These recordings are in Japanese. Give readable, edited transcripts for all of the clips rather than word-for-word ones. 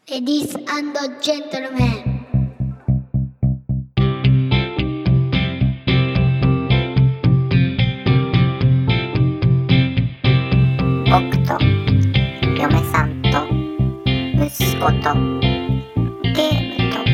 Ladies and gentlemen. 僕と嫁さんと息子とゲームと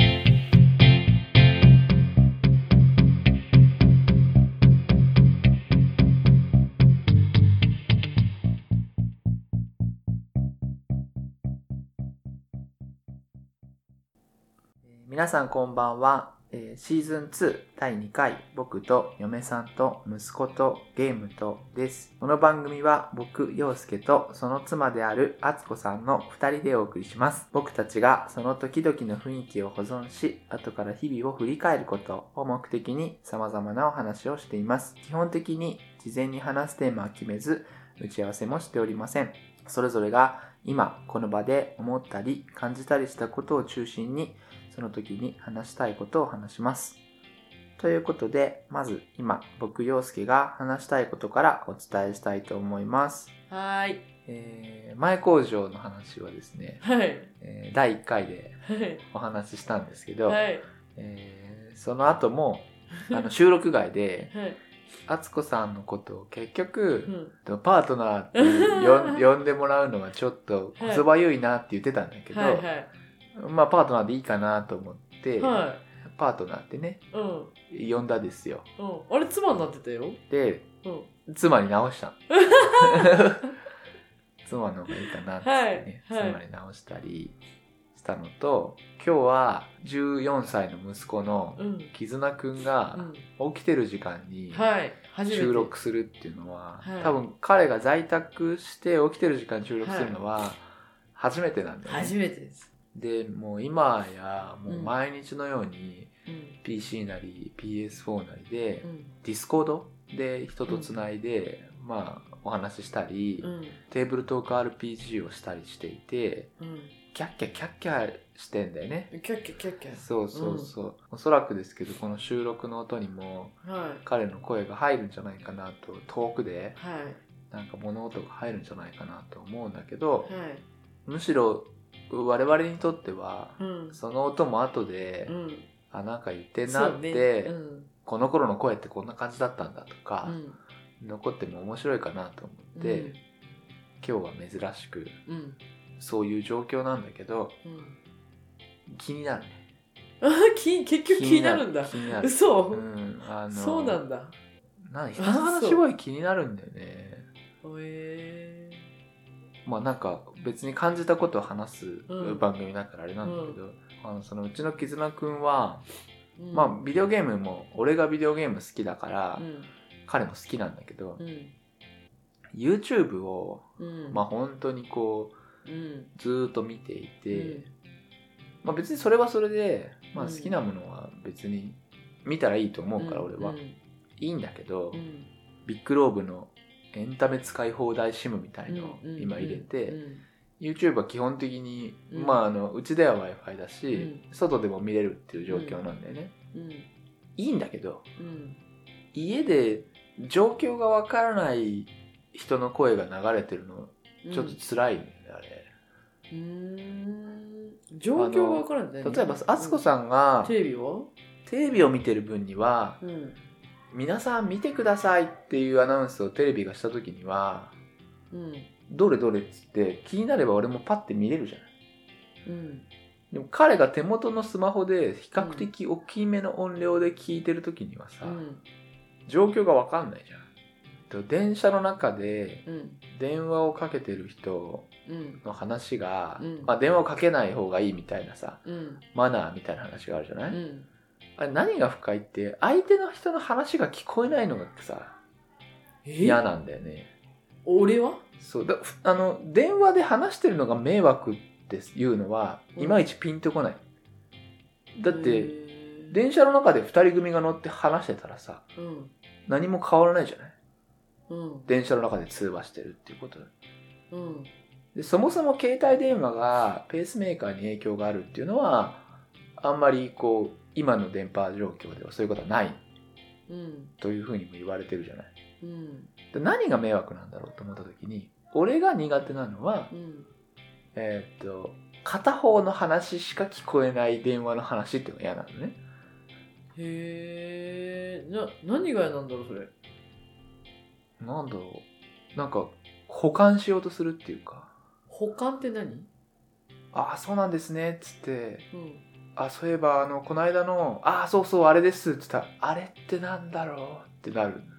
皆さんこんばんは。シーズン2第2回僕と嫁さんと息子とゲームとです。この番組は僕陽介とその妻である敦子さんの2人でお送りします。僕たちがその時々の雰囲気を保存し、後から日々を振り返ることを目的に様々なお話をしています。基本的に事前に話すテーマは決めず、打ち合わせもしておりません。それぞれが今この場で思ったり感じたりしたことを中心にその時に話したいことを話します。ということで、まず今僕陽介が話したいことからお伝えしたいと思います。 はい。 前工場の話はですね、 はい。 第1回ではい。 お話ししたんですけど、 はい。 その後も収録外ではい。 敦子さんのことを結局、 うん。 パートナーって呼んでもらうのはちょっとこそばゆいなって言ってたんだけど、 はい。はい。 まあパートナーでいいかなと思って、 はパートナーってね、 い。うん。 呼んだですよ。 うん。あれ、妻になってたよ。 で、 うん。 妻に直したの。妻の方がいいかなってね、 はいはい妻に直したりしたのと、今日は14歳の息子のうん。 絆くんが起きてる時間にはい。初めて。 収録するっていうのは、 はい多分彼が在宅して起きてる時間に収録するのは初めてなんだよね。 初めてです。 で、もう今やもう毎日のようにうん。 PC なり PS4 なりで、 うん。 ディスコードで人とつないで、まあお話ししたり、 うん。 テーブルトーク RPG をしたりしていて、 うん。 キャッキャキャッキャしてんだよね。 キャッキャキャッキャ。 そうそうそう、おそらくですけどこの収録の音にもはい。 彼の声が入るんじゃないかなと、遠くではい。 なんか物音が入るんじゃないかなと思うんだけど、 はい。 むしろ我々にとっては、 うん。 その音も後で、 うん。 なんか言ってんなっそうね。 て、 うん。 この頃の声ってこんな感じだったんだとか、 うん。 残っても面白いかなと思って、今日は珍しくうん。 そういう状況なんだけど、 うん。 気になるね。 あ、結局気になるんだ。 気になる。 嘘。 うん、 そうなんだ。 人の話すごい気になるんだよね。まあなんか別に感じたことを話す番組だからあれなんだけど、そのうちの絆くんは、まあビデオゲームも俺がビデオゲーム好きだから、彼も好きなんだけど、YouTube を、まあ本当にこう、ずーっと見ていて、まあ別にそれはそれで、まあ好きなものは別に見たらいいと思うから俺は、いいんだけど、ビッグローブのエンタメ使い放題シムみたいのを今入れて、YouTube は基本的に、まあうちでは Wi-Fi だし、外でも見れるっていう状況なんだよね。いいんだけど、家で状況がわからない人の声が流れてるのちょっと辛いんだよね、あれ。 状況がわからない。 例えば敦子さんがテレビを見てる分には、皆さん見てくださいっていうアナウンスをテレビがした時には、どれどれっつって気になれば俺もパッて見れるじゃない。でも彼が手元のスマホで比較的大きめの音量で聞いてる時にはさ、状況が分かんないじゃん。電車の中で電話をかけてる人の話が、まあ電話をかけない方がいいみたいなさ、マナーみたいな話があるじゃない。あれ何が深いって相手の人の話が聞こえないのがさ、嫌なんだよね。 俺はそうだ、電話で話してるのが迷惑っていうのはいまいちピンとこない。だって電車の中で2人組が乗って話してたらさ、何も変わらないじゃない。電車の中で通話してるっていうことで、そもそも携帯電話がペースメーカーに影響があるっていうのはあんまりこう今の電波状況ではそういうことはない、というふうにも言われてるじゃない。で何が迷惑なんだろうと思った時に、俺が苦手なのは、 片方の話しか聞こえない電話の話っていうのが嫌なのね。 へえ。何が嫌なんだろうそれ。 なんだろう、なんか補完しようとするっていうか。 補完って何？ ああそうなんですねっつって、 うん、 あそういえばこの間のそうそうあれですって言ったら、あれってなんだろうってなる。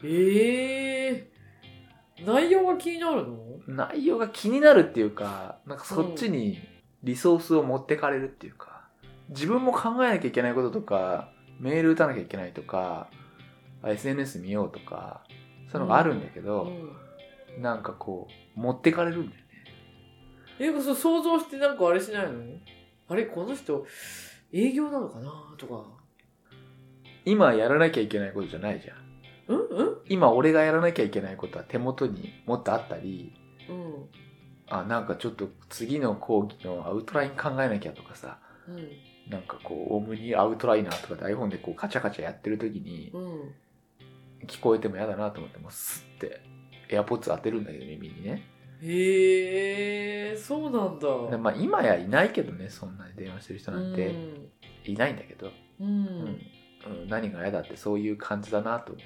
内容が気になるの？ 内容が気になるっていうか、なんかそっちにリソースを持ってかれるっていうか、自分も考えなきゃいけないこととか、メール打たなきゃいけないとか、SNS 見ようとか、そういうのがあるんだけど、なんかこう持ってかれるんだよね。 そう想像してなんかあれしないの？あれこの人営業なのかなとか。 今やらなきゃいけないことじゃないじゃん。今俺がやらなきゃいけないことは手元にもっとあったり、なんかちょっと次の講義のアウトライン考えなきゃとかさ、なんかこうオムニアウトライナーとかで iPhone でこうカチャカチャやってる時に、聞こえても嫌だなと思ってもスッてAirPods 当てるんだけど耳にね。 そうなんだ。 まあ今やいないけどね、そんなに電話してる人なんていないんだけど、何が嫌だってそういう感じだなと思って。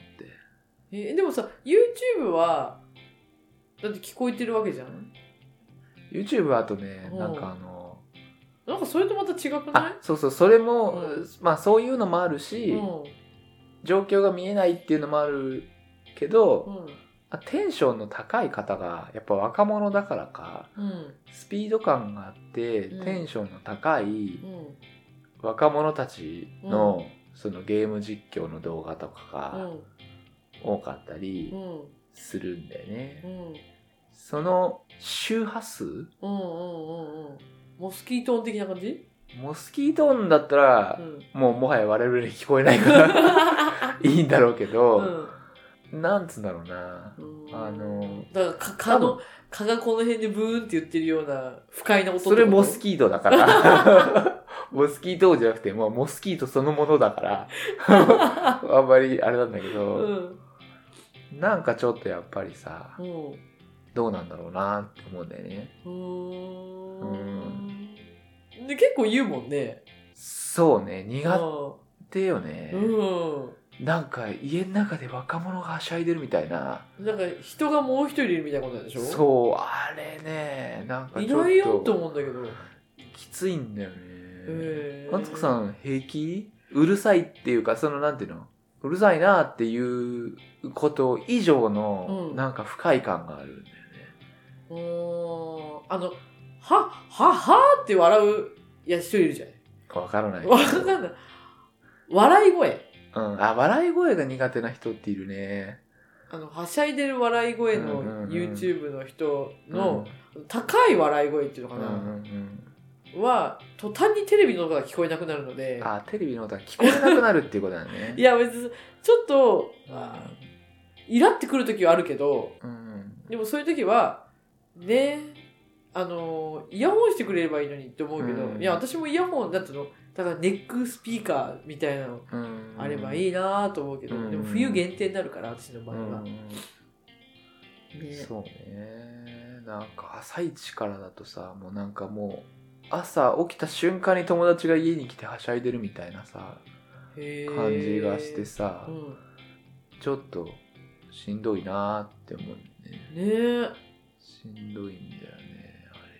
でもさ YouTube はだって聞こえてるわけじゃん。 YouTube はあとね、なんかなんかそれとまた違くない？ そうそう、それも、まあそういうのもあるし、状況が見えないっていうのもあるけど、テンションの高い方がやっぱ若者だからか、スピード感があってテンションの高い若者たちの、そのゲーム実況の動画とかが多かったりするんだよね。その周波数、 モスキート音的な感じ？ モスキート音だったら、もはや我々に聞こえないからいいんだろうけど、なんつうんだろうな、 だから蚊がこの辺でブーンって言ってるような不快な音ってこと？ それモスキートだからモスキートじゃなくてもうモスキートそのものだからあんまりあれなんだけど、なんかちょっとやっぱりさ、どうなんだろうなって思うんだよね。 で結構言うもんね。 そうね、苦手よね。なんか家の中で若者がはしゃいでるみたいな。 なんか人がもう一人いるみたいなことでしょ？ そう、あれね、なんかちょっといないよと思うんだけど。 きついんだよね。あつこさん平気？うるさいっていうか、そのなんていうの？うるさいなっていうこと以上のなんか不快感があるんだよね。 はって笑う人いるじゃん。 わからない。 わかんない。笑い声。 笑い声が苦手な人っているね。 はしゃいでる笑い声の YouTube の人の高い笑い声っていうのかな、は途端にテレビの音が聞こえなくなるので。 テレビの音が聞こえなくなるっていうことだね。 いや別にちょっとイラってくる時はあるけど、でもそういう時はね、イヤホンしてくれればいいのにって思うけど、いや私もイヤホンだったのだからネックスピーカーみたいなのあればいいなと思うけど、でも冬限定になるから私の場合は、 そうね。なんか朝一からだとさ、もうなんかもう朝起きた瞬間に友達が家に来てはしゃいでるみたいなさ感じがしてさ、ちょっとしんどいなって思うね。しんどいんだよね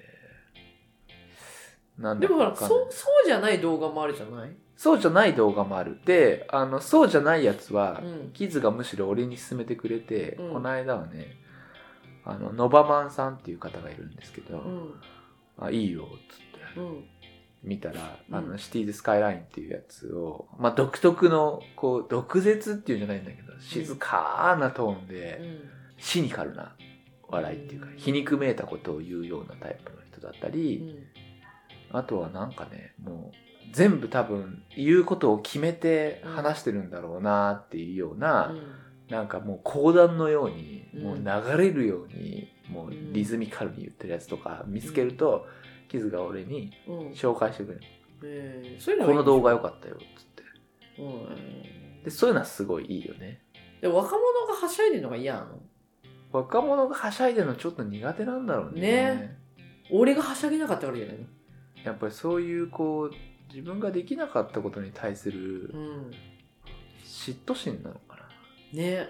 あれ。 でもほらそうじゃない動画もあるじゃない？ そうじゃない動画もある。で、そうじゃないやつは、キズがむしろ俺に勧めてくれて、この間はね、ノバマンさんっていう方がいるんですけど、いいよっつって見たら、シティーズスカイラインっていうやつを、まあ独特のこう毒舌っていうんじゃないんだけど、静かなトーンで、シニカルな笑いっていうか、皮肉めいたことを言うようなタイプの人だったり、あとはなんかね、もう全部多分言うことを決めて話してるんだろうなっていうような、なんかもう講談のように、もう流れるように、もうリズミカルに言ってるやつとか見つけると、キズが俺に紹介してくれる。この動画良かったよっつって。でそういうのはすごいいいよね。 で若者がはしゃいでるのが嫌なの？ 若者がはしゃいでるのちょっと苦手なんだろうね。 俺がはしゃげなかったからじゃないの？ やっぱりそういうこう自分ができなかったことに対する嫉妬心なのかな。 ね。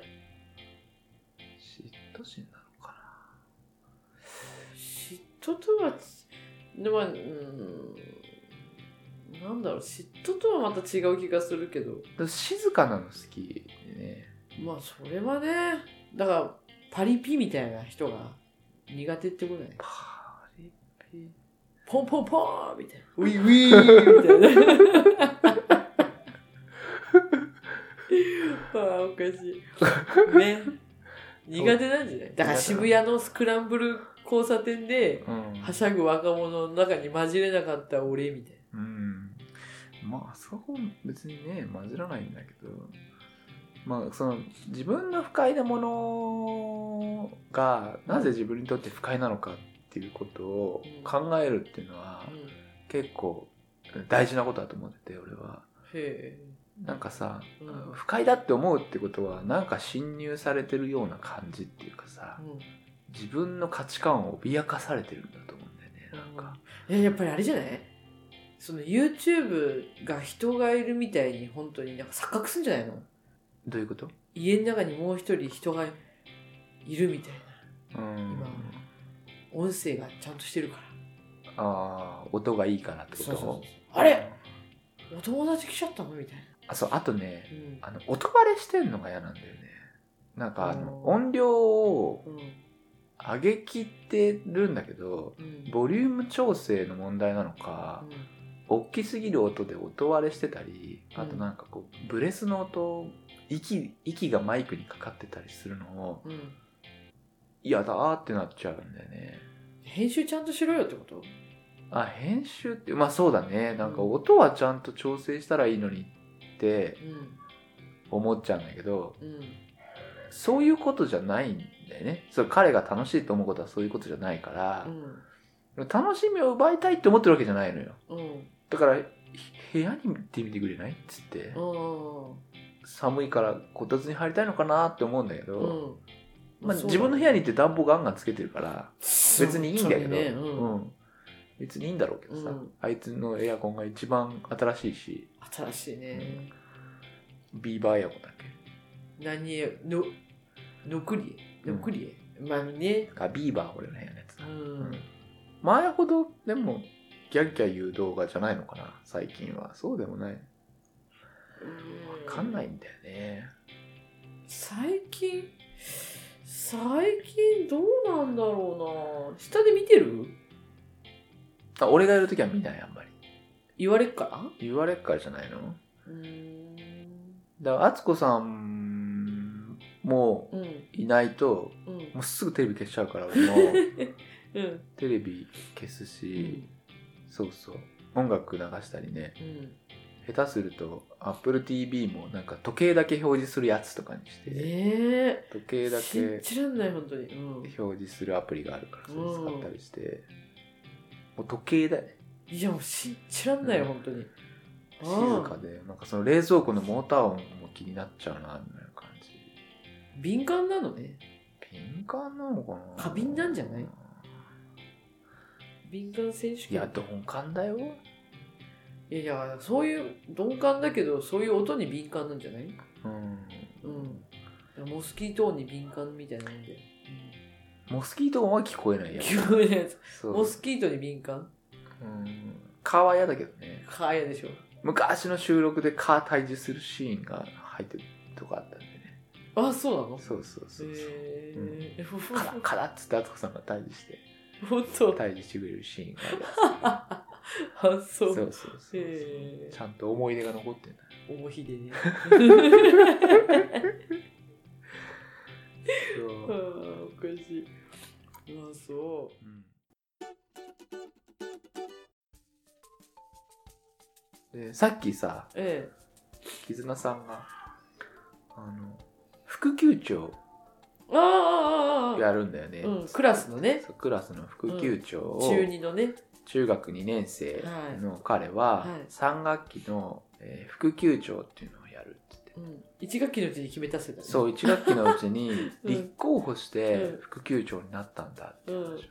嫉妬心なのかな。 嫉妬とはでもなんだろう、嫉妬とはまた違う気がするけど。 静かなの好きでね。 まあそれはね、だからパリピみたいな人が苦手ってことだね。 パリピ。 ポンポンポーンみたいな。ウィウィーみたいな。ああ、おかしい。ね。苦手なんじゃない？だから渋谷のスクランブル交差点で、はしゃぐ若者の中に混じれなかった俺みたいな。 まあそこ別にね混じらないんだけど、まあその自分の不快なものがなぜ自分にとって不快なのかっていうことを考えるっていうのは結構大事なことだと思ってて、俺は。 へえ。 なんかさ、不快だって思うってことはなんか侵入されてるような感じっていうかさ、自分の価値観を脅かされてるんだと思うんだよね。なんかやっぱりあれじゃない？その YouTube が人がいるみたいに本当になんか錯覚するんじゃないの？ どういうこと？ 家の中にもう一人人がいるみたいな。今音声がちゃんとしてるから。 ああ、音がいいからってこと？ そうあれ？お友達来ちゃったのみたいな。 あとね、音割れしてんのが嫌なんだよね。なんか音量を上げきってるんだけど、ボリューム調整の問題なのか、大きすぎる音で音割れしてたり、あとなんかこうブレスの音、息がマイクにかかってたりするのを、嫌だーってなっちゃうんだよね。 編集ちゃんとしろよってこと？ 編集ってまあそうだね。なんか音はちゃんと調整したらいいのにって思っちゃうんだけど、そういうことじゃないんだよね。それ彼が楽しいと思うことはそういうことじゃないから、楽しみを奪いたいって思ってるわけじゃないのよ。だから部屋に行ってみてくれないっつって、寒いからこたつに入りたいのかなって思うんだけど、まあ、自分の部屋に行って暖房ガンガンつけてるから別にいいんだけど、別にいいんだろうけどさ、あいつのエアコンが一番新しいし。 新しいね。 ビーバーエアコンだっけ？ 何のくりえまあね。 ビーバー俺の部屋のやつだ。前ほどでもギャッギャ言う動画じゃないのかな最近は。そうでもない。わかんないんだよね。 最近どうなんだろうな。下で見てる？ 俺がやるときは見ない、あんまり。 言われっからじゃないの？だから敦子さんもいないと、もうすぐテレビ消しちゃうから俺もテレビ消すし、そう音楽流したりね、下手すると Apple TV もなんか時計だけ表示するやつとかにして、時計だけ信じらんない本当に、 表示するアプリがあるからそれ使ったりして、もう時計だよね。 いやもう信じらんないよ、本当に静かで、なんかその冷蔵庫のモーター音も気になっちゃうなみたいな感じ。 敏感なのね。 敏感なのかな。 過敏なんじゃない？敏感選手権。 いや鈍感だよ。 いやそういう鈍感だけどそういう音に敏感なんじゃない？モスキート音に敏感みたいなんで、 モスキート音は聞こえないやつ。 聞こえないやつ。モスキートに敏感？ 蚊は嫌だけどね。 蚊は嫌でしょ。 昔の収録で蚊退治するシーンが入ってるとかあったんでね。 あ、そうなの？ そう。蚊だっつって敦子さんが退治して。 本当？ 退治してくれるシーンがあるんです。そう。 そう。ちゃんと思い出が残ってんだ。 思い出ね。そう。おかしい。あ、そう。 でさっきさ、絆さんが副級長やるんだよね。 クラスのね。 クラスの副級長を、 中2のね。 中学2年生の彼は3学期の副級長っていうのをやるって言って、1学期のうちに決めたせだね。 そう、1学期のうちに立候補して副級長になったんだって話をしてて、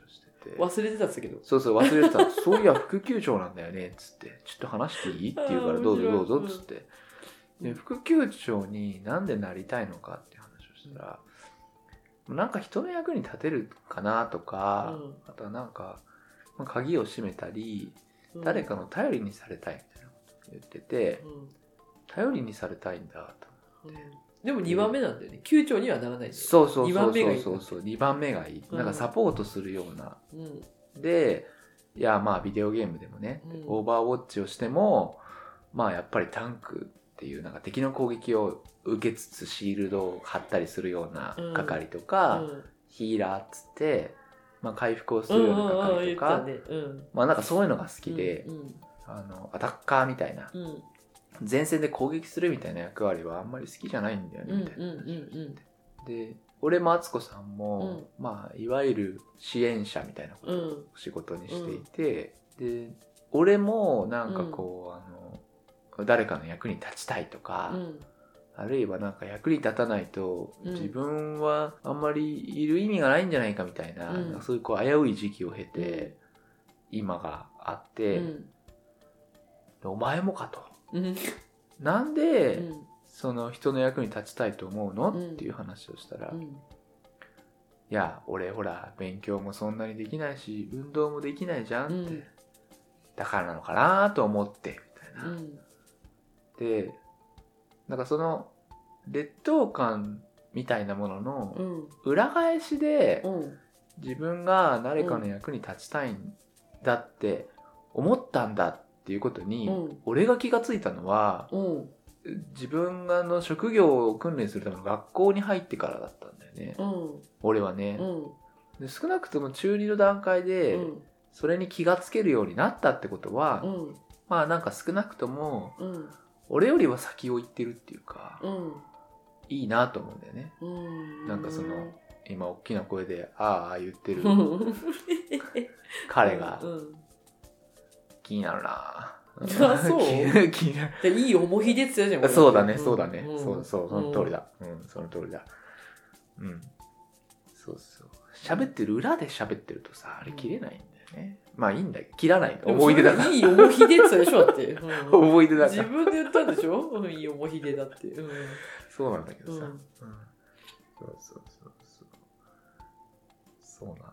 忘れてたっすけど。 そうそう忘れてた。そういや副級長なんだよねっつって、ちょっと話していいって言うから、どうぞどうぞっつって、で副級長になんでなりたいのかっていう話をしたら、なんか人の役に立てるかなとか、あとはなんか鍵を閉めたり、誰かの頼りにされたいみたいなことを言ってて、頼りにされたいんだと思って。 でも2番目なんだよね。級長にはならないんだよ。 そうそうそうそう2番目がいい。なんかサポートするような。で、いやまあビデオゲームでもね、オーバーウォッチをしても、まあやっぱりタンクっていうなんか敵の攻撃を受けつつシールドを貼ったりするような係とか、ヒーラーっつって、まあ、回復をするような係とか、まあなんかそういうのが好きで、アタッカーみたいな、前線で攻撃するみたいな役割はあんまり好きじゃないんだよねみたいな。で俺も敦子さんも、まあいわゆる支援者みたいなことを仕事にしていて、で俺もなんかこう、誰かの役に立ちたいとか、あるいはなんか役に立たないと自分はあんまりいる意味がないんじゃないかみたいな、そういうこう危うい時期を経て今があって、お前もかと、なんでその人の役に立ちたいと思うのっていう話をしたら、いや俺ほら勉強もそんなにできないし運動もできないじゃんって、だからなのかなと思ってみたいな。でなんかその劣等感みたいなものの裏返しで、自分が誰かの役に立ちたいんだって思ったんだっていうことに、俺が気がついたのは、自分がの職業を訓練するための学校に入ってからだったんだよね、俺はね、で少なくとも中2の段階でそれに気がつけるようになったってことは、まあなんか少なくとも、俺よりは先を行ってるっていうか、いいなと思うんだよね。なんかその今大きな声でああ言ってる彼が気になるな。 そう気になる。 いい重ひでって言ったじゃん。 そうだねそうだね、そうその通りだ、その通りだ。そうそう喋ってる裏で喋ってるとさ、あれ切れないんだよね。まあいいんだよ、切らない。思い出だから。 いい重ひでって言ったでしょだって。 思い出だから。 自分で言ったんでしょ。いい重ひでだって。 そうなんだけどさ。そうなの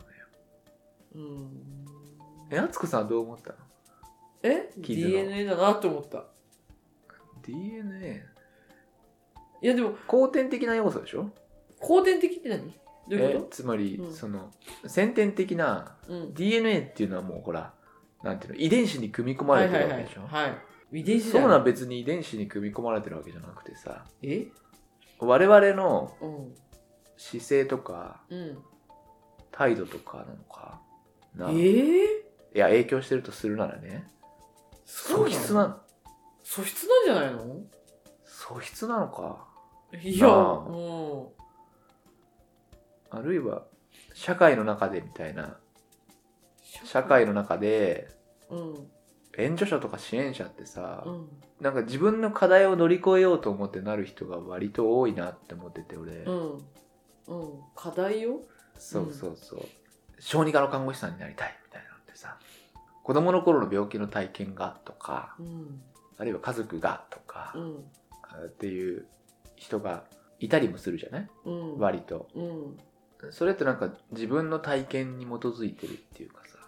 よ。敦子さんはどう思ったの ？DNA だなと思った。 DNA？ いやでも後天的な要素でしょ？ 後天的って何？どういうこと？ つまり、その先天的な DNA っていうのはもうほら、なんていうの、遺伝子に組み込まれてるわけでしょ？ 遺伝子そういうのは別に遺伝子に組み込まれてるわけじゃなくてさ、我々の姿勢とか、態度とかなのかな。いや影響してるとするならね、素質なの？ 素質なんじゃないの？ 素質なのか。 いや、 あるいは社会の中でみたいな、社会の中で、援助者とか支援者ってさ、なんか自分の課題を乗り越えようと思ってなる人が割と多いなって思ってて俺、 課題よ。 そう小児科の看護師さんになりたいみたいなのってさ、子供の頃の病気の体験がとか、あるいは家族がとか、っていう人がいたりもするじゃない、割と、それってなんか自分の体験に基づいてるっていうかさ、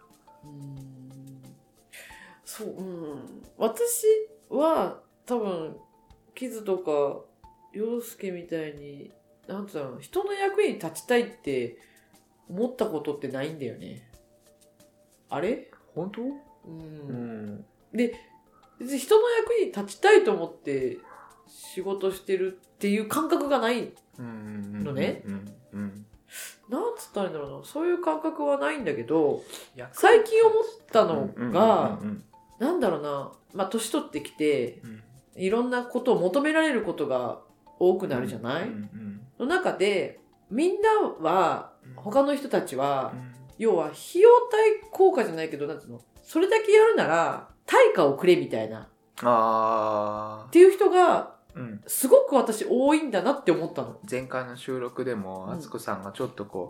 そう、私は多分キズとか陽介みたいになんていうの、人の役に立ちたいって思ったことってないんだよね。あれ？ 本当？ で、別に人の役に立ちたいと思って仕事してるっていう感覚がないのね。なんつったらいいんだろうな、そういう感覚はないんだけど、最近思ったのが、なんだろうな、まあ年取ってきて、いろんなことを求められることが多くなるじゃない？の中でみんなは、他の人たちは、要は費用対効果じゃないけど、なんつうの、それだけやるなら対価をくれみたいなっていう人がすごく私多いんだなって思ったの。 前回の収録でも敦子さんがちょっとこう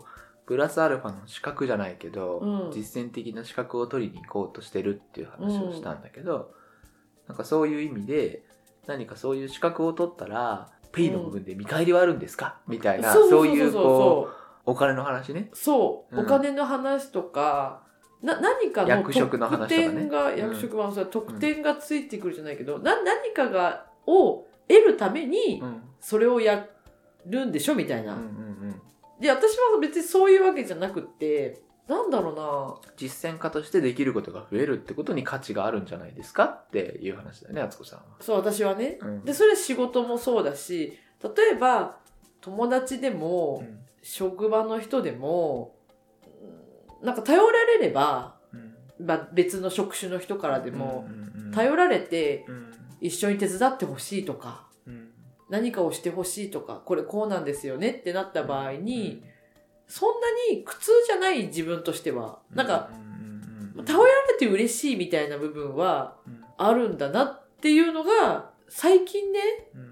プラスアルファの資格じゃないけど、 うん実践的な資格を取りに行こうとしてるっていう話をしたんだけど、なんかそういう意味で何かそういう資格を取ったらペイの部分で見返りはあるんですかみたいな、そういうこうお金の話ね。 そう、 うんお金の話とか何かの役職の話とかね特典が、役職は特典がついてくるじゃないけど、何かを得るためにそれをやるんでしょみたいな。で、私は別にそういうわけじゃなくってなんだろうな、 実践家としてできることが増えるってことに価値があるんじゃないですかっていう話だよね、敦子さんは。 そう私はね、 うん、 でそれは仕事もそうだし、例えば友達でも、職場の人でもなんか頼られれば、まあ、別の職種の人からでも頼られて一緒に手伝ってほしいとか、何かをしてほしいとか、これこうなんですよねってなった場合に、そんなに苦痛じゃない自分としては、なんか頼られて嬉しいみたいな部分はあるんだなっていうのが最近ね、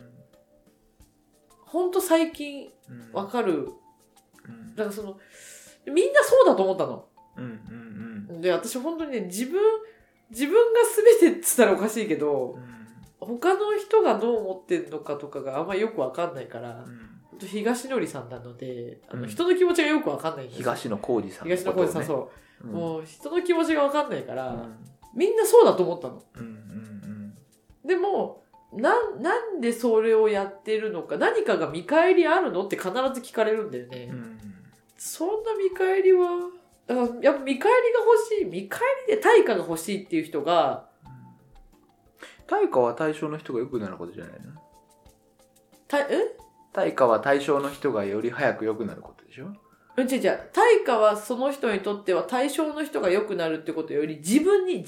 ほんと最近わかる。だからみんなそうだと思ったの。で、私本当にね、自分が全てっつったらおかしいけど、他の人がどう思ってんのかとかがあんまりよくわかんないから、東野さんなので、人の気持ちがよくわかんないんですよ。 東野幸治さん、 東野幸治さん、そう。もう人の気持ちがわかんないから、みんなそうだと思ったの。でも、なんでそれをやってるのか、何かが見返りあるのって必ず聞かれるんだよね。そんな見返りは、だからやっぱ見返りが欲しい、見返りで対価が欲しいっていう人が、 対価は対象の人が良くなることじゃないの？ え？ 対価は対象の人がより早く良くなることでしょ？ 違う。対価はその人にとっては対象の人が良くなるってことより自分に。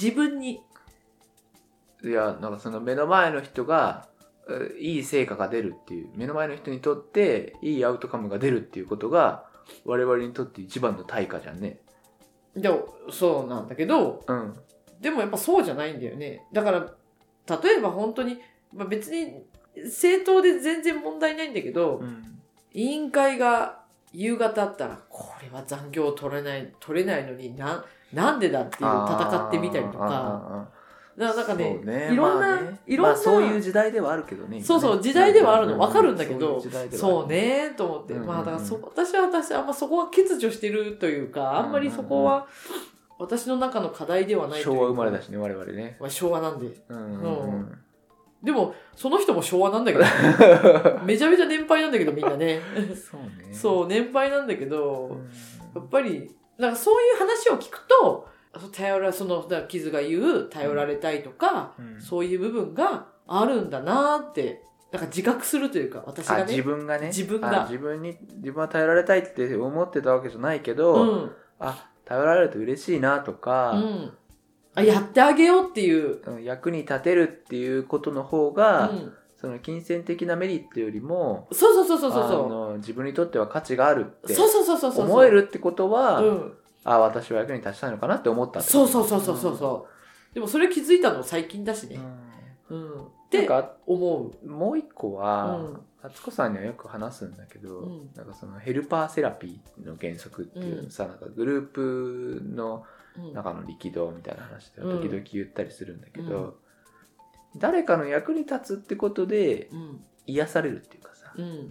いや、なんかその目の前の人がいい成果が出るっていう、目の前の人にとっていいアウトカムが出るっていうことが我々にとって一番の対価じゃんね。 でもそうなんだけど、でもやっぱそうじゃないんだよね。だから例えば本当に、別に正当で全然問題ないんだけど、委員会が夕方あったらこれは残業取れないのになんでだっていう戦ってみたりとか、だからなんかね、いろんな、 そういう時代ではあるけどね。 そう時代ではあるの分かるんだけど、そうねと思って、だから私はあんまそこは欠如してるというか、あんまりそこは私の中の課題ではないというか。 昭和生まれだしね、我々ね。 昭和なんで。でもその人も昭和なんだけどめちゃめちゃ年配なんだけどみんなね。 そうね。 そう年配なんだけど、やっぱりなんかそういう話を聞くと、傷が言う頼られたいとか、そういう部分があるんだなって、なんか自覚するというか、私がね、 自分が自分は頼られたいって思ってたわけじゃないけど、頼られると嬉しいなとか、 やってあげようっていう役に立てるっていうことの方が、その金銭的なメリットよりも、自分にとっては価値があるって思えるってことは、私は役に立ちたいのかなって思ったって。 でもそれ気づいたの最近だしね。って思う。 もう一個は、敦子さんにはよく話すんだけど、なんかそのヘルパーセラピーの原則っていうのさ、なんかグループの中の力道みたいな話で時々言ったりするんだけど、誰かの役に立つってことで癒されるっていうかさ、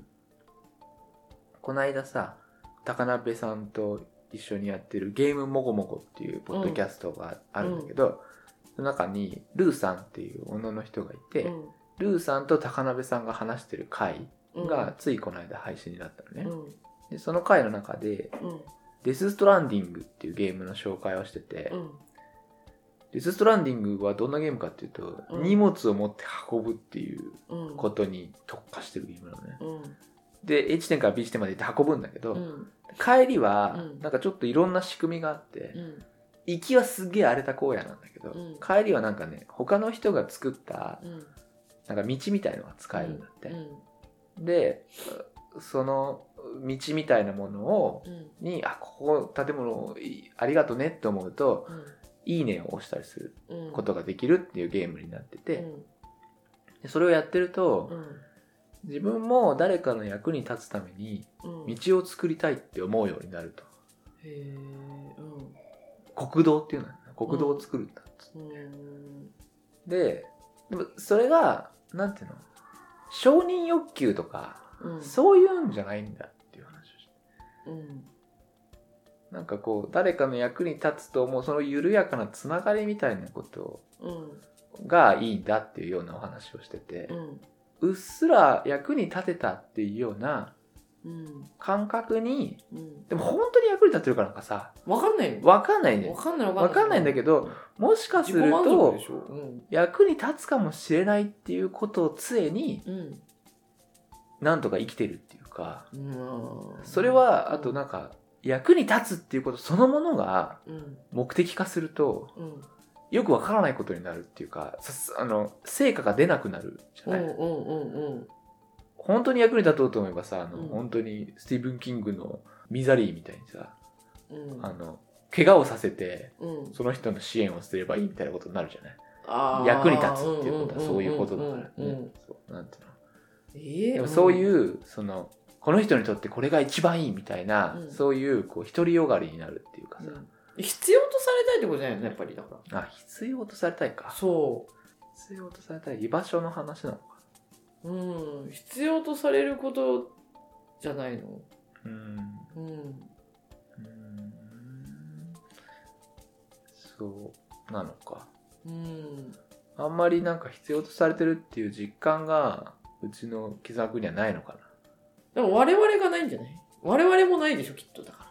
この間さ、高鍋さんと一緒にやってるゲームもごもごっていうポッドキャストがあるんだけど、その中にルーさんっていう女の人がいて、ルーさんと高鍋さんが話してる回がついこの間配信になったのね。でその回の中で、デスストランディングっていうゲームの紹介をしてて、デスストランディングはどんなゲームかっていうと、荷物を持って運ぶっていうことに特化してるゲームなのね。で A 地点から B 地点まで行って運ぶんだけど、帰りはなんかちょっといろんな仕組みがあって、行きはすげえ荒れた荒野なんだけど、帰りはなんかね、他の人が作ったなんか道みたいのが使えるんだって、でその道みたいなものをに、ここ建物ありがとねって思うと、いいねを押したりすることができるっていうゲームになってて、でそれをやってると、自分も誰かの役に立つために道を作りたいって思うようになると。 へー、うん、 国道っていうのは国道を作るんだっつって、でもそれがなんていうの、承認欲求とか、そういうんじゃないんだっていう話をして、なんかこう誰かの役に立つともうその緩やかなつながりみたいなことがいいんだっていうようなお話をしてて、うっすら役に立てたっていうような感覚に、でも本当に役に立ってるかなんかさ、 分かんないね。 分かんないんだけど、もしかすると役に立つかもしれないっていうことを常になんとか生きてるっていうか、それはあとなんか役に立つっていうことそのものが目的化するとよくわからないことになるっていうか、成果が出なくなるじゃない。本当に役に立とうと思えばさ、本当にスティーブン・キングのミザリーみたいにさ、怪我をさせて、その人の支援をすればいいみたいなことになるじゃない。役に立つっていうことはそういうことだからね。なんていうの、でもそういうこの人にとってこれが一番いいみたいな、そういう独りよがりになるっていうかさ、 必要とされたいってことじゃないのやっぱり。だから必要とされたいか。 そう、 必要とされたい居場所の話なのか。 必要とされることじゃないの。 そうなのか。あんまりなんか必要とされてるっていう実感がうちの木澤君にはないのかな。でも我々がないんじゃない？我々もないでしょきっと。だから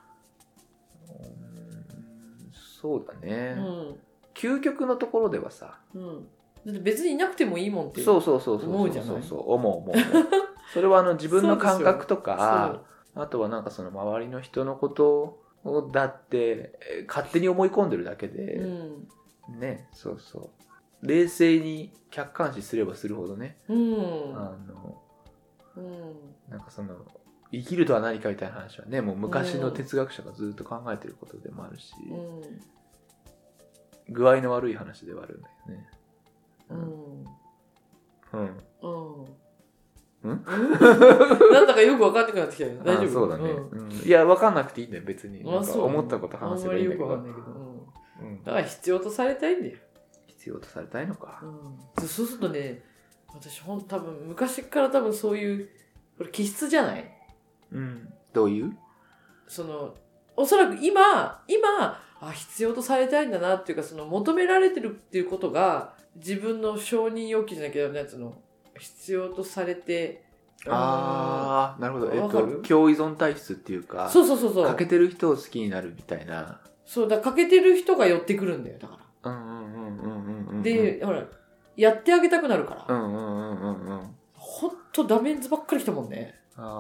そうだね、究極のところではさ、 だって別にいなくてもいいもんって思うじゃない？ 思うそれは自分の感覚とかあとはなんかその周りの人のことをだって勝手に思い込んでるだけで、ね、冷静に客観視すればするほどね、なんか生きるとは何かみたいな話はね、もう昔の哲学者がずっと考えてることでもあるし、具合の悪い話ではあるんだよね。 なんだかよく分かんなくなってきたよ。大丈夫？ そうだね。いや分かんなくていいんだよ別に。なんか思ったこと話せばいいんだけど。 あんまりよく分かんないけど。だから必要とされたいんだよ。 必要とされたいのか。 そうするとね、私多分昔から多分そういうこれ気質じゃない？ どういう？ おそらく今必要とされたいんだなっていうか、求められてるっていうことが自分の承認欲求じゃなきゃダメなやつの必要とされて、 なるほど。共依存体質っていうか、 そう欠けてる人を好きになるみたいな。 そうだ、欠けてる人が寄ってくるんだよ。だからで、ほらやってあげたくなるから、ほんとダメンズばっかり来たもんね。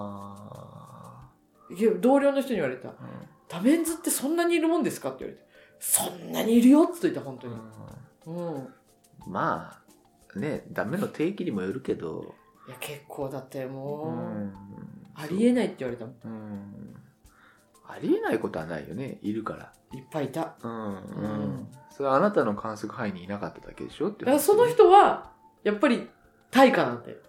同僚の人に言われた、ダメンズってそんなにいるもんですかって言われて、そんなにいるよって言った。本当に。 まあね、ダメの定義にもよるけど、 いや結構だってもう、ありえないって言われたもん。 ありえないことはないよね、いるから。 いっぱいいた。 それはあなたの観測範囲にいなかっただけでしょって、 だからその人はやっぱり対価なんだよ。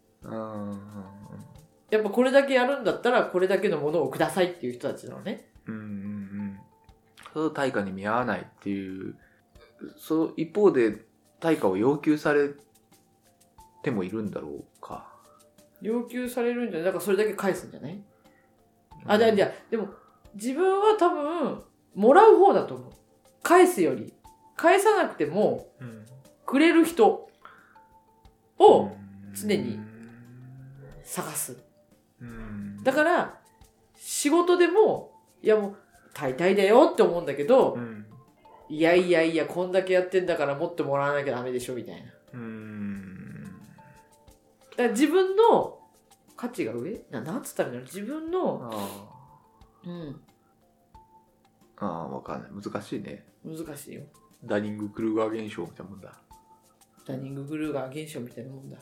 やっぱこれだけやるんだったらこれだけのものをくださいっていう人たちなのね。 その対価に見合わないっていう、その一方で対価を要求されてもいるんだろうか。 要求されるんじゃない？だからそれだけ返すんじゃない？でも自分は多分もらう方だと思う。返すより返さなくてもくれる人を常に探す。だから仕事でもいやもう大体だよって思うんだけど、いやこんだけやってんだからもっともらわなきゃダメでしょみたいな。だから自分の価値が上？なんつったらいいの？自分のわかんない。難しいね。 難しいよ。 ダニング・クルーガー現象みたいなもんだ。 ダニング・クルーガー現象みたいなもんだ。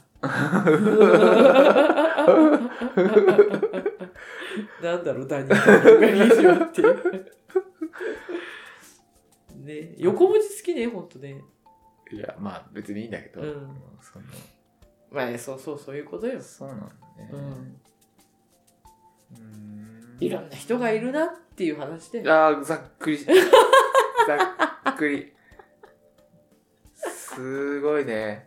なんだろう、ダニング・クルーガー現象ってね、横文字好きね、ほんとね。 いや、まあ別にいいんだけど、 まあそういうことよ。 そうなんだね。 いろんな人がいるなっっていう話で。 ざっくり。ざっくり。すごいね。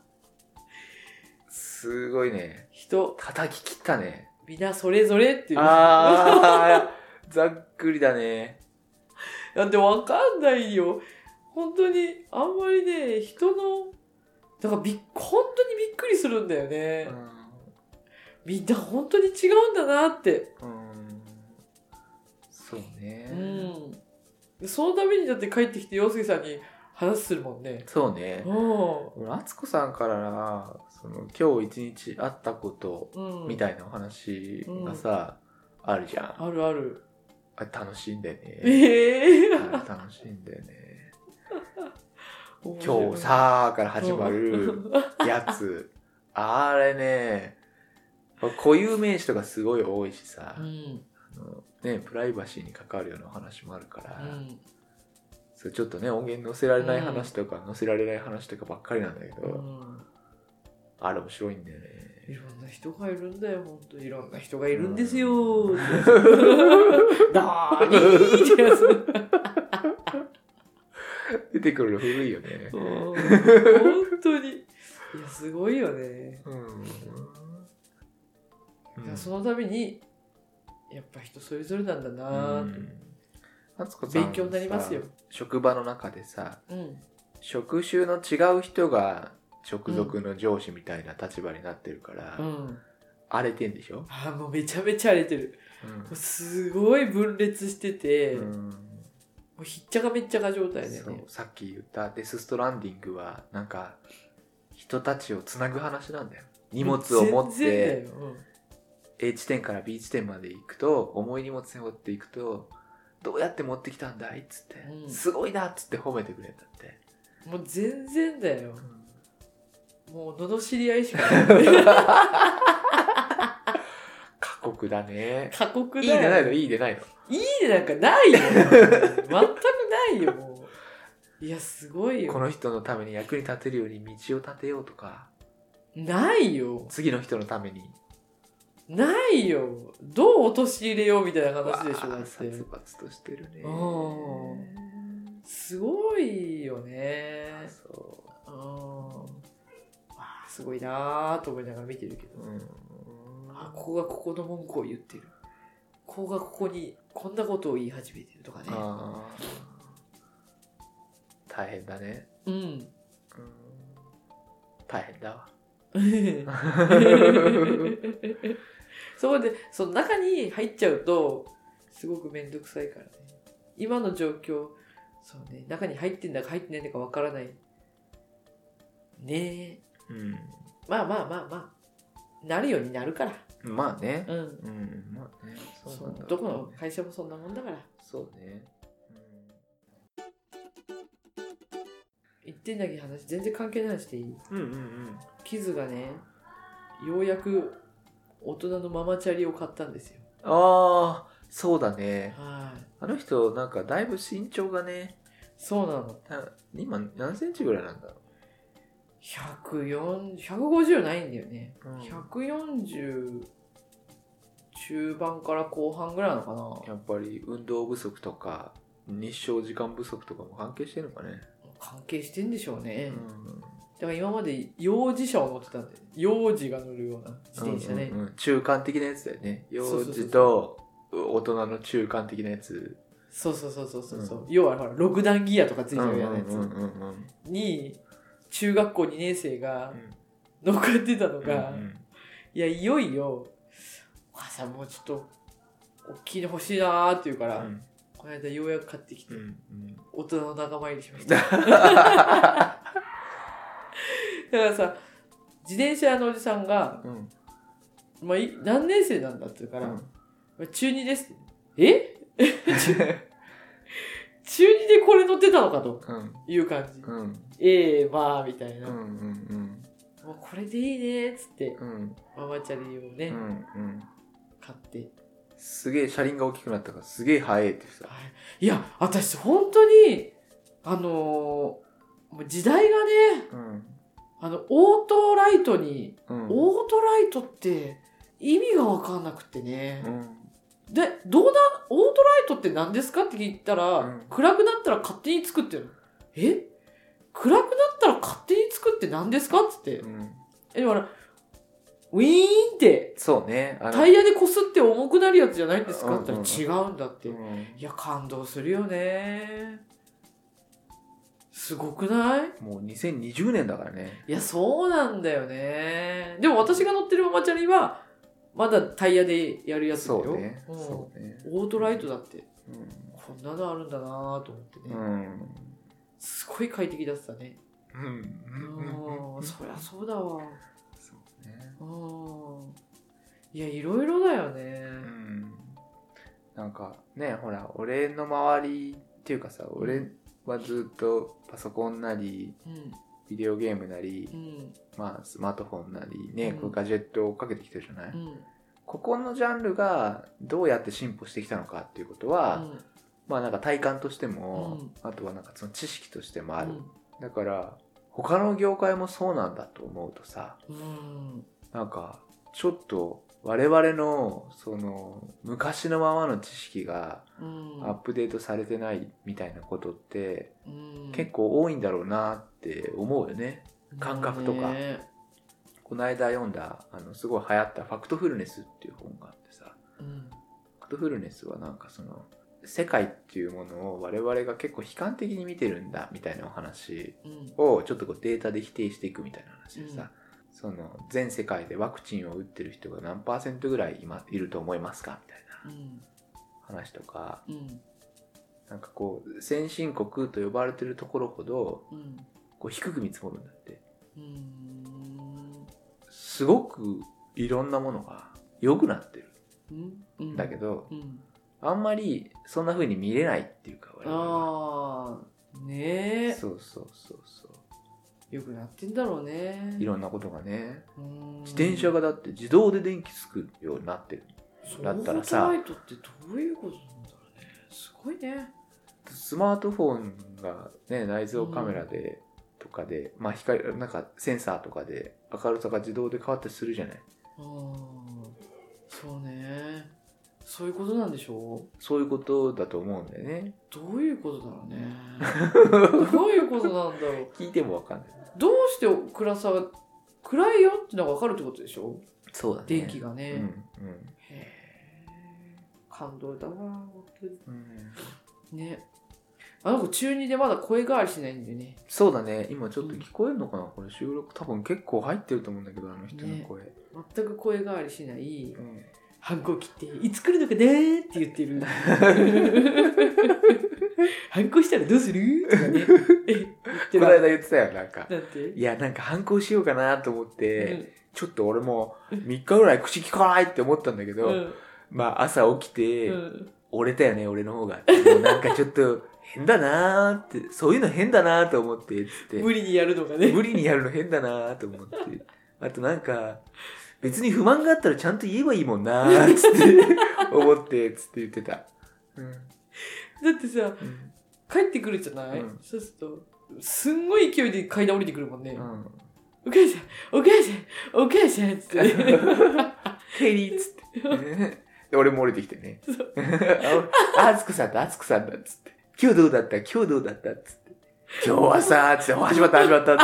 すごいね。 人。 叩き切ったね。 みんなそれぞれっていう。 ざっくりだね。 だってわかんないよ。本当に、あんまりね、人の、だから本当にびっくりするんだよね。みんな本当に違うんだなって。 そうね。 そのためにだって帰ってきて陽介さんに話するもんね。 そうね。敦子さんから今日一日あったことみたいなお話がさ、あるじゃん。 あるある。 あれ楽しいんだよね。楽しいんだよね。今日さーから始まるやつ。あれね、固有名詞とかすごい多いしさ、プライバシーに関わるようなお話もあるから、それちょっとね、音源載せられない話とか、載せられない話とかばっかりなんだけど、あれ面白いんだよね。 いろんな人がいるんだよ、本当にいろんな人がいるんですよ。だーにーってやつ。 出てくるの古いよね。 本当に。いや、すごいよね。そのために、やっぱ人それぞれなんだなーって。勉強になりますよ。 職場の中でさ、職種の違う人が直属の上司みたいな立場になってるから、荒れてんでしょ？ もうめちゃめちゃ荒れてる。すごい分裂してて、もうひっちゃかめっちゃか状態だよね。 さっき言ったデスストランディングはなんか人たちをつなぐ話なんだよ。荷物を持って A 地点から B 地点まで行くと、重い荷物背負っていくと、どうやって持ってきたんだいっつって、すごいなっつって褒めてくれたって。 もう全然だよ。もう罵り合いしかない。 過酷だね。 過酷だよ。いいでないの？いいでないの？ いいでなんかないよ。全くないよ、もう。いや、すごいよ。 この人のために役に立てるように道を立てようとか。 ないよ。 次の人のために。 ないよ。どう陥れようみたいな話でしょ、だって。 殺伐としてるね。 すごいよね。 そう。 すごいなぁと思いながら見てるけど。ここがここの文句を言ってる。ここがここにこんなことを言い始めてるとかね。 大変だね。大変だわ。 その中に入っちゃうとすごくめんどくさいからね。今の状況、そうね、中に入ってんだか入ってないんだかわからないねえ。まあなるようになるから。 まあね。 まあね。どこの会社もそんなもんだから。 そうね。 言ってんだけど話全然関係ない話でいい？キズがね、ようやく大人のママチャリを買ったんですよ。 そうだね。あの人なんかだいぶ身長がね。 そうなの。 今何センチぐらいなんだろう。 150ないんだよね。140中盤から後半ぐらいなのかな。 やっぱり運動不足とか日照時間不足とかも関係してるのかね。 関係してんでしょうね。だから今まで幼児車を乗ってたんで、幼児が乗るような自転車ね。 中間的なやつだよね。幼児と大人の中間的なやつ。 そう。要はほら6段ギアとかついてるようなやつに中学校2年生が乗っかってたのが、いよいよお母さんもうちょっと大きいの欲しいなーって言うから、この間ようやく買ってきて、大人の仲間入りしました。だからさ、自転車のおじさんが、何年生なんだって言うから、中2です。え中2でこれ乗ってたのかという感じ。まあみたいな。もうこれでいいねっつって、ママチャリをね、買って。 すげえ車輪が大きくなったからすげえ速いってさ。 いや、私本当にもう時代がね、オートライトに、オートライトって意味が分かんなくてね。 で、オートライトって何ですかって聞いたら、暗くなったら勝手につくっていうの。暗くなったら勝手につくって何ですかって言って。だから、ウィーンって、 そうね。 タイヤで擦って重くなるやつじゃないんですかって言ったら違うんだって。いや、感動するよね。すごくない？ もう2020年だからね。 いや、そうなんだよね。でも私が乗ってるママチャリは、まだタイヤでやるやつだよ。 そうね。そうね。 オートライトだって。こんなのあるんだなぁと思ってね。すごい快適だったね。そりゃそうだわ。 そうね。 いや、いろいろだよね。 なんかね、ほら、俺の周りっていうかさ、俺はずっとパソコンなり、ビデオゲームなり、まあスマートフォンなりね、こうガジェットをかけてきてるじゃない、ここのジャンルがどうやって進歩してきたのかっていうことは、まあなんか体感としても、あとはなんかその知識としてもある。だから他の業界もそうなんだと思うとさ、なんかちょっと我々のその昔のままの知識がアップデートされてないみたいなことって結構多いんだろうなって思うよね。感覚とか。この間読んだすごい流行ったファクトフルネスっていう本があってさ、ファクトフルネスはなんかその世界っていうものを我々が結構悲観的に見てるんだみたいなお話をちょっとこうデータで否定していくみたいな話でさ、その全世界でワクチンを打ってる人が何%ぐらい今いると思いますかみたいな話とか、なんかこう先進国と呼ばれてるところほどこう低く見積もるんだって。すごくいろんなものが良くなってるんだけど、あんまりそんな風に見れないっていうか、我々は。 ねえ。 そう。 良くなってんだろうね。 いろんなことがね。自転車がだって自動で電気つくようになってる。だったらさ。 オートライトってどういうことなんだろうね。すごいね。 スマートフォンがね、内蔵カメラで、とかで、まあ光、なんかセンサーとかで明るさが自動で変わったりするじゃない。 そうね。そういうことなんでしょう？ そういうことだと思うんだよね。 どういうことだろうね。どういうことなんだろう。 聞いてもわかんない。 どうして暗いよってのがわかるってことでしょ？ そうだね。 電気がね。へえ。感動だわ、本当に。ね。あの子中2でまだ声変わりしないんだよね。 そうだね。今ちょっと聞こえるのかな、これ収録多分結構入ってると思うんだけど、あの人の声。 全く声変わりしない。反抗期っていつ来るのかなーって言ってる。反抗したらどうするとかね。 この間言ってたよ、なんか。 なんて？ いや、なんか反抗しようかなと思って、ちょっと俺も3日ぐらい口聞かないって思ったんだけど、まあ朝起きて、折れたよね、俺の方が。もうなんかちょっと変だなーって、そういうの変だなーと思って、つって。 無理にやるのがね。 無理にやるの変だなーと思って。あとなんか、別に不満があったらちゃんと言えばいいもんなーつって思ってつって言ってた。だってさ、帰ってくるじゃない？そうするとすんごい勢いで階段降りてくるもんね。お母さんお母さんお母さんつってヘリーつってで俺も降りてきてね。あつこさんだっつって今日どうだったっつって今日はさーつって始まったっつって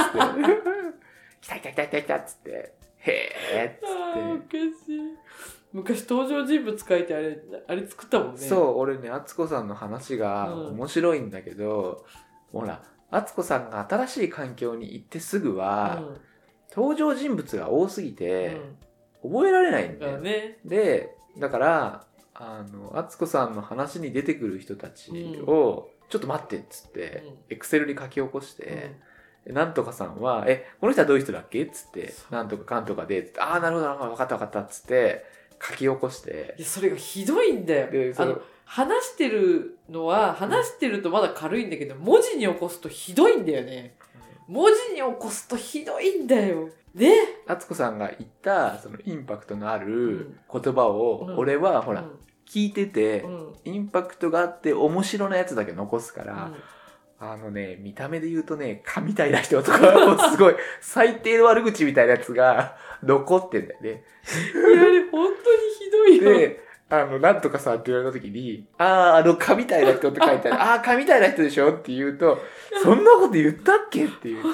来たっつってへーっつって。 おかしい。昔登場人物書いてあれ作ったもんね。 そう、俺ね、あつこさんの話が面白いんだけど、ほら、あつこさんが新しい環境に行ってすぐは、登場人物が多すぎて、覚えられないんだよ。で、だから、あつこさんの話に出てくる人たちを、ちょっと待ってっつって、エクセルに書き起こして、なんとかさんは、この人はどういう人だっけっつって、なんとかかんとかで、ああ、なるほど、分かったっつって、書き起こして。 いや、それがひどいんだよ。話してるのは、話してるとまだ軽いんだけど、文字に起こすとひどいんだよね。文字に起こすとひどいんだよ。ね。 あつこさんが言った、そのインパクトのある言葉を、俺は、ほら、聞いてて、インパクトがあって面白なやつだけ残すから、見た目で言うとね、蚊みたいな人とか、もうすごい、最低の悪口みたいなやつが残ってんだよね。 いや、本当にひどいよ。 で、 なんとかさって言われた時に、蚊みたいな人って書いてある。蚊みたいな人でしょって言うと、そんなこと言ったっけって言って、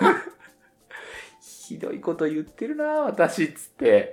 ひどいこと言ってるな私っつって、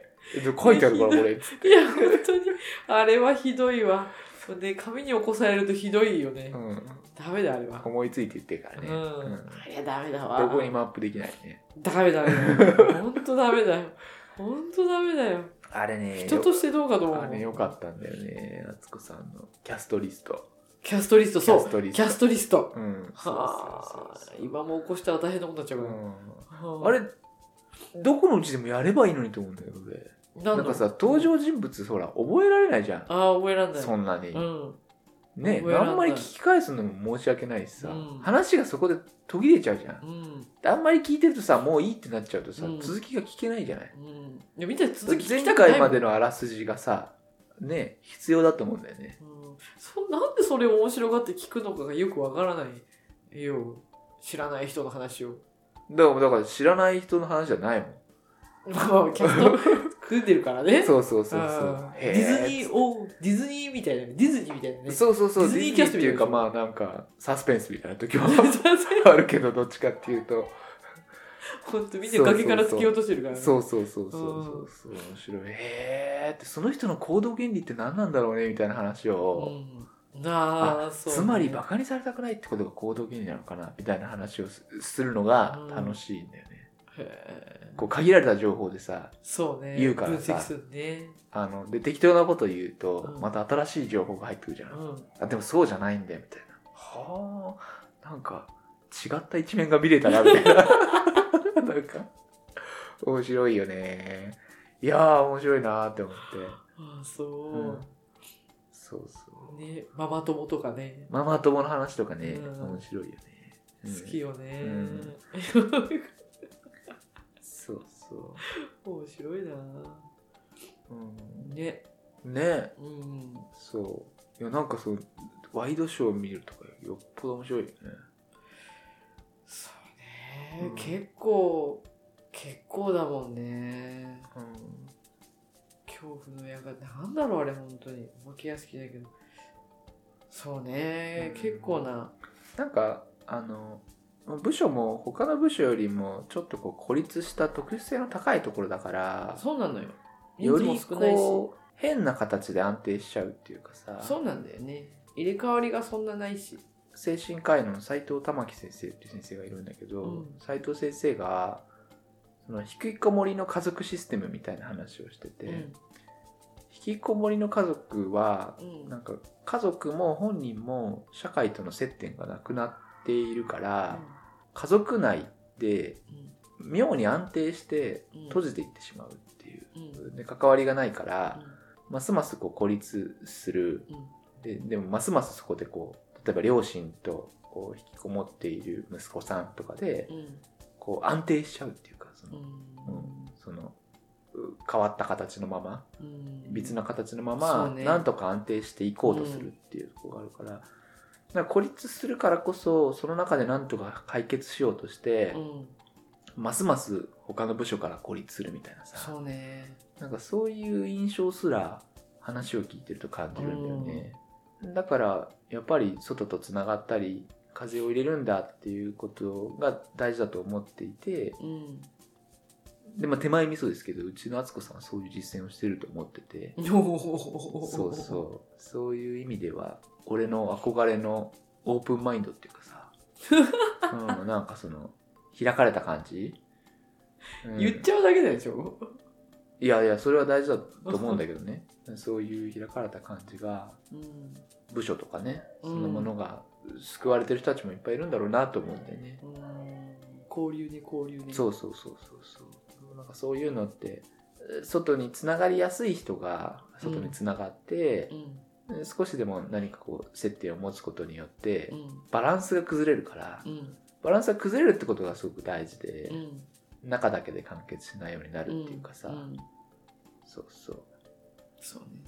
書いてあるからこれっつって。 いや、本当に、あれはひどいわ。で、紙に起こされるとひどいよね。ダメだ、あれは。 思いついて言ってるからね。 いや、ダメだわ。 どこにマップできないね。 ダメだよ。ほんとダメだよ。ほんとダメだよ。 あれね。 人としてどうかと思う。 あれよかったんだよね。敦子さんのキャストリスト。 キャストリスト、そう。キャストリスト。今も起こしたら大変なことになっちゃうから。 あれ、どこのうちでもやればいいのにと思うんだけどね。なんかさ、登場人物ほら、覚えられないじゃん。 覚えられない。 そんなに。ね、あんまり聞き返すのも申し訳ないしさ、話がそこで途切れちゃうじゃん。あんまり聞いてるとさ、もういいってなっちゃうとさ、続きが聞けないじゃない。 いや、見て続き聞き前たくない。 回までのあらすじがさ、ね、必要だと思うんだよね。 なんでそれを面白がって聞くのかがよくわからないよ。知らない人の話を。 だから知らない人の話じゃないもん。 まあ、キャスト組んでるからね。 そう。ディズニーみたいなね。ディズニーみたいなね。 そう。ディズニーキャストっていうか、まあなんか、サスペンスみたいな時もあるけど、どっちかっていうと。 ほんと、みんな崖から突き落としてるからね。 そう。面白い。って、その人の行動原理って何なんだろうねみたいな話を。 そう。 つまり、バカにされたくないってことが行動原理なのかなみたいな話をするのが楽しいんだよね。こう限られた情報でさ、言うからさ、 分析するね。 で適当なこと言うと、また新しい情報が入ってくるじゃん。でもそうじゃないんだよみたいな。なんか違った一面が見れたなみたいな。なんか面白いよね。いやー面白いなーって思って。そうね、ママ友とかね。 ママ友の話とかね、面白いよね。 好きよね。面白いな。ね。 そう。いやなんかそうワイドショーを見るとかよっぽど面白いよね。 そうね。結構だもんね。恐怖の映画なんだろうあれ本当に。お化け屋敷だけど。そうね。結構な。 なんか部署も他の部署よりもちょっとこう孤立した特殊性の高いところだから、 そうなのよ。 よりこう変な形で安定しちゃうっていうかさ。 そうなんだよね。入れ替わりがそんなないし。 精神科医の斉藤玉樹先生っていう先生がいるんだけど、斉藤先生がその引きこもりの家族システムみたいな話をしてて、引きこもりの家族は、なんか家族も本人も社会との接点がなくなっているから、家族内で妙に安定して閉じていってしまうっていう、で関わりがないから、ますますこう孤立する、でもますますそこでこう例えば両親とこう引きこもっている息子さんとかで、こう安定しちゃうっていうかその変わった形のまま、別な形のまま、なんとか安定していこうとするっていうところがあるから、だから孤立するからこそその中でなんとか解決しようとして、ますます他の部署から孤立するみたいなさ、なんかそういう印象すら話を聞いてると感じるんだよね。だからやっぱり外とつながったり風を入れるんだっていうことが大事だと思っていて、でも手前味噌ですけど、うちの敦子さんはそういう実践をしてると思ってて、そういう意味では俺の憧れのオープンマインドっていうかさ、なんかその開かれた感じ、 言っちゃうだけでしょ。 いやそれは大事だと思うんだけどね。そういう開かれた感じが、部署とかね、そのものが救われてる人たちもいっぱいいるんだろうなと思うんだよね。 交流ね。 そうなんかそういうのって外につながりやすい人が外につながって、少しでも何かこう接点を持つことによってバランスが崩れるから、バランスが崩れるってことがすごく大事で、中だけで完結しないようになるっていうかさ、 そうね。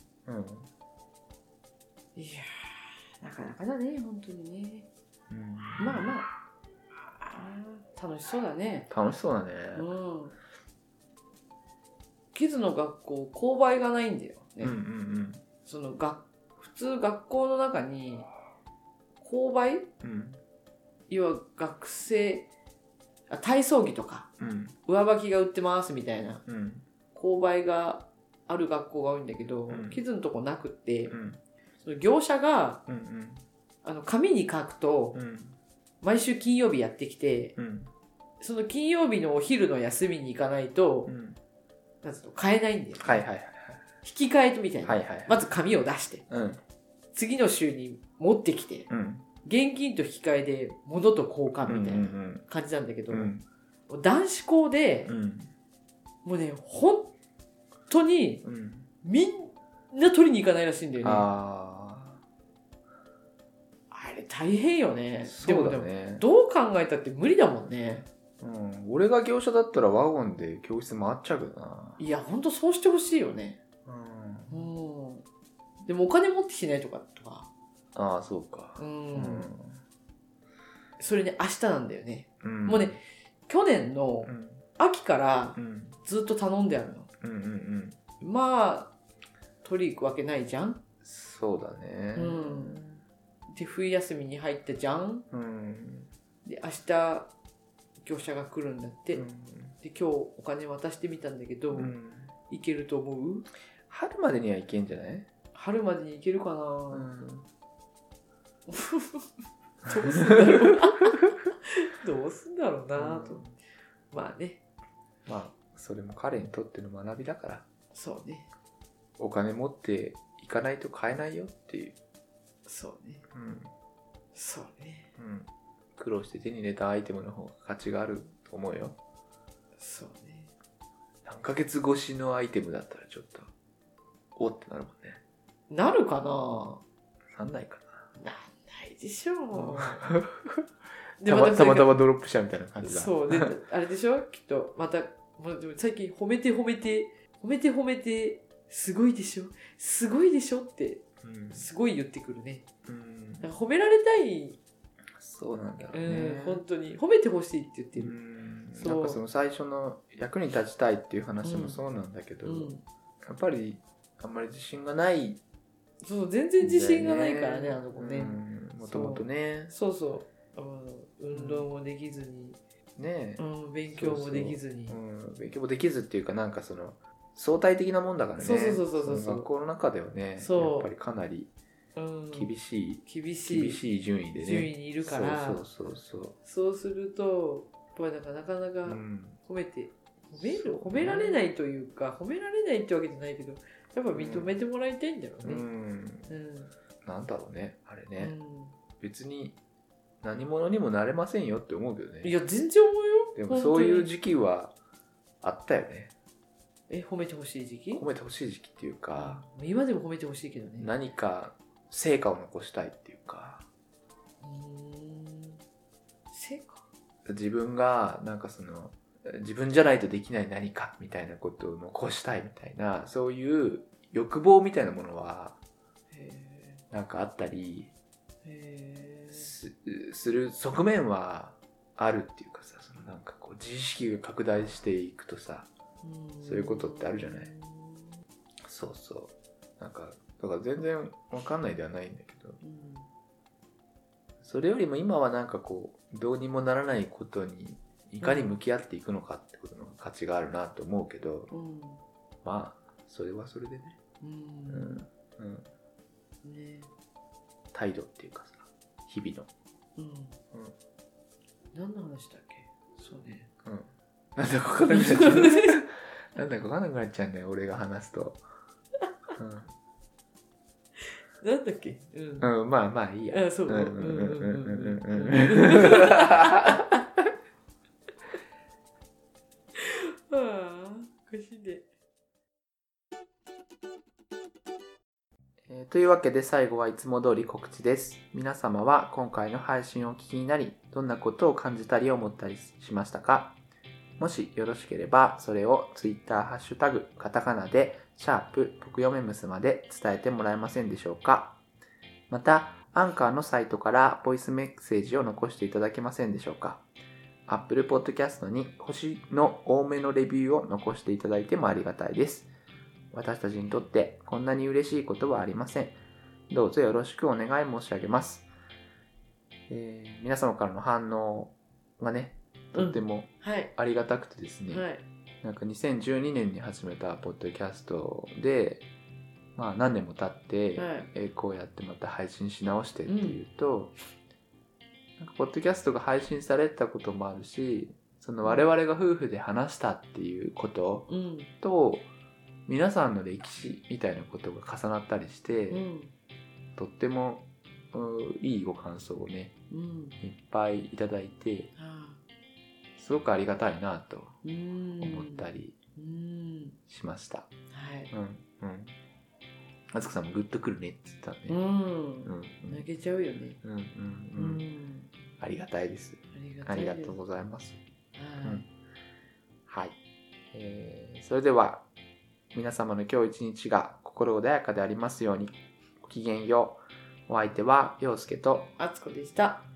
いやー、なかなかだね、本当にね。まあ楽しそうだね。 楽しそうだね。 キズの学校購買がないんだよね。 その普通学校の中に購買、要は学生体操着とか、上履きが売ってますみたいな、購買がある学校が多いんだけど、キズのとこなくって、その業者が、紙に書くと、毎週金曜日やってきて、その金曜日のお昼の休みに行かないと、なんつうの買えないんだよ、引き換えみたいな、まず紙を出して、次の週に持ってきて、現金と引き換えで物と交換みたいな感じなんだけど、男子校で、もうね本当にみんな取りに行かないらしいんだよね。あれ大変よね。 そうだね。 でもどう考えたって無理だもんね。 俺が業者だったらワゴンで教室回っちゃうけどな。 いやほんとそうしてほしいよね。でもお金持ってきてないとか。 ああそうか。 それね明日なんだよね。もうね去年の秋からずっと頼んであるの。まあ取り行くわけないじゃん。 そうだね。 で冬休みに入ったじゃん。で明日業者が来るんだって。で今日お金渡してみたんだけど、いけると思う？ 春までにはいけんじゃない？ 春までにいけるかな。どうすんだろうなどうすんだろうなと、まあね、 まあそれも彼にとっての学びだから。 そうね。 お金持っていかないと買えないよっていう。 そうね。そうね。 苦労して手に入れたアイテムの方が価値があると思うよ。 そうね。 何ヶ月越しのアイテムだったらちょっとおってなるもんね。 なるかな。 なんないかな。なんないでしょう。 たまたまドロップしたみたいな感じだ。 そうであれでしょきっとまたでも最近褒めてすごいでしょってすごい言ってくるね。なんか褒められたい。 そうなんだろうね。 本当に褒めてほしいって言ってる。 なんかその最初の役に立ちたいっていう話もそうなんだけど、やっぱりあんまり自信がない。 そう全然自信がないからね、あの子ね。 もともとね。 そう運動もできずにね、勉強もできずに、 勉強もできずっていうかなんかその相対的なもんだからね。そう学校の中ではね、やっぱりかなり厳しい順位でね。 順位にいるから。そうするとやっぱりなかなか褒められないというか、褒められないってわけじゃないけど、やっぱ認めてもらいたいんだろうね。 なんだろうね、あれね。別に何者にもなれませんよって思うけどね。 いや全然思うよ。 でもそういう時期はあったよね。 褒めてほしい時期？ 褒めてほしい時期っていうか、 今でも褒めてほしいけどね。 何か成果を残したいっていうか。 成果？ 自分がなんかその自分じゃないとできない何かみたいなことを残したいみたいな、そういう欲望みたいなものはなんかあったりする側面はあるっていうかさ、そのなんかこう自意識が拡大していくとさ、そういうことってあるじゃない。なんかだから全然わかんないではないんだけど、それよりも今はなんかこうどうにもならないことにいかに向き合っていくのかってことの価値があるなと思うけど、まあそれはそれでね、態度っていうかさ、日々の何の話だっけ。そうね、 なんだか分かんなくなっちゃうなんだか分かんなくなっちゃうんだよ俺が話すと。 なんだっけ。 まあいいや。 そう。おかしいね。 というわけで最後はいつも通り告知です。皆様は今回の配信をお聞きになり、どんなことを感じたり思ったりしましたか？もしよろしければそれを Twitter ハッシュタグカタカナで僕よめむすまで伝えてもらえませんでしょうか？またアンカーのサイトからボイスメッセージを残していただけませんでしょうか？ Apple Podcast に星の多めのレビューを残していただいてもありがたいです。 私たちにとってこんなに嬉しいことはありません。どうぞよろしくお願い申し上げます。皆様からの反応がね、とってもありがたくてですね、なんか2012年に始めたポッドキャストで、まあ何年も経って、こうやってまた配信し直してっていうと、なんかポッドキャストが配信されたこともあるし、その我々が夫婦で話したっていうことと、皆さんの歴史みたいなことが重なったりして、とってもいいご感想をね、いっぱいいただいて、すごくありがたいなと思ったりしました。あつこさんもグッとくるねって言ったね。 泣けちゃうよね。 ありがたいです。ありがとうございます。はい。それでは皆様の今日一日が心穏やかでありますように。ごきげんよう。お相手は陽介とあつこでした。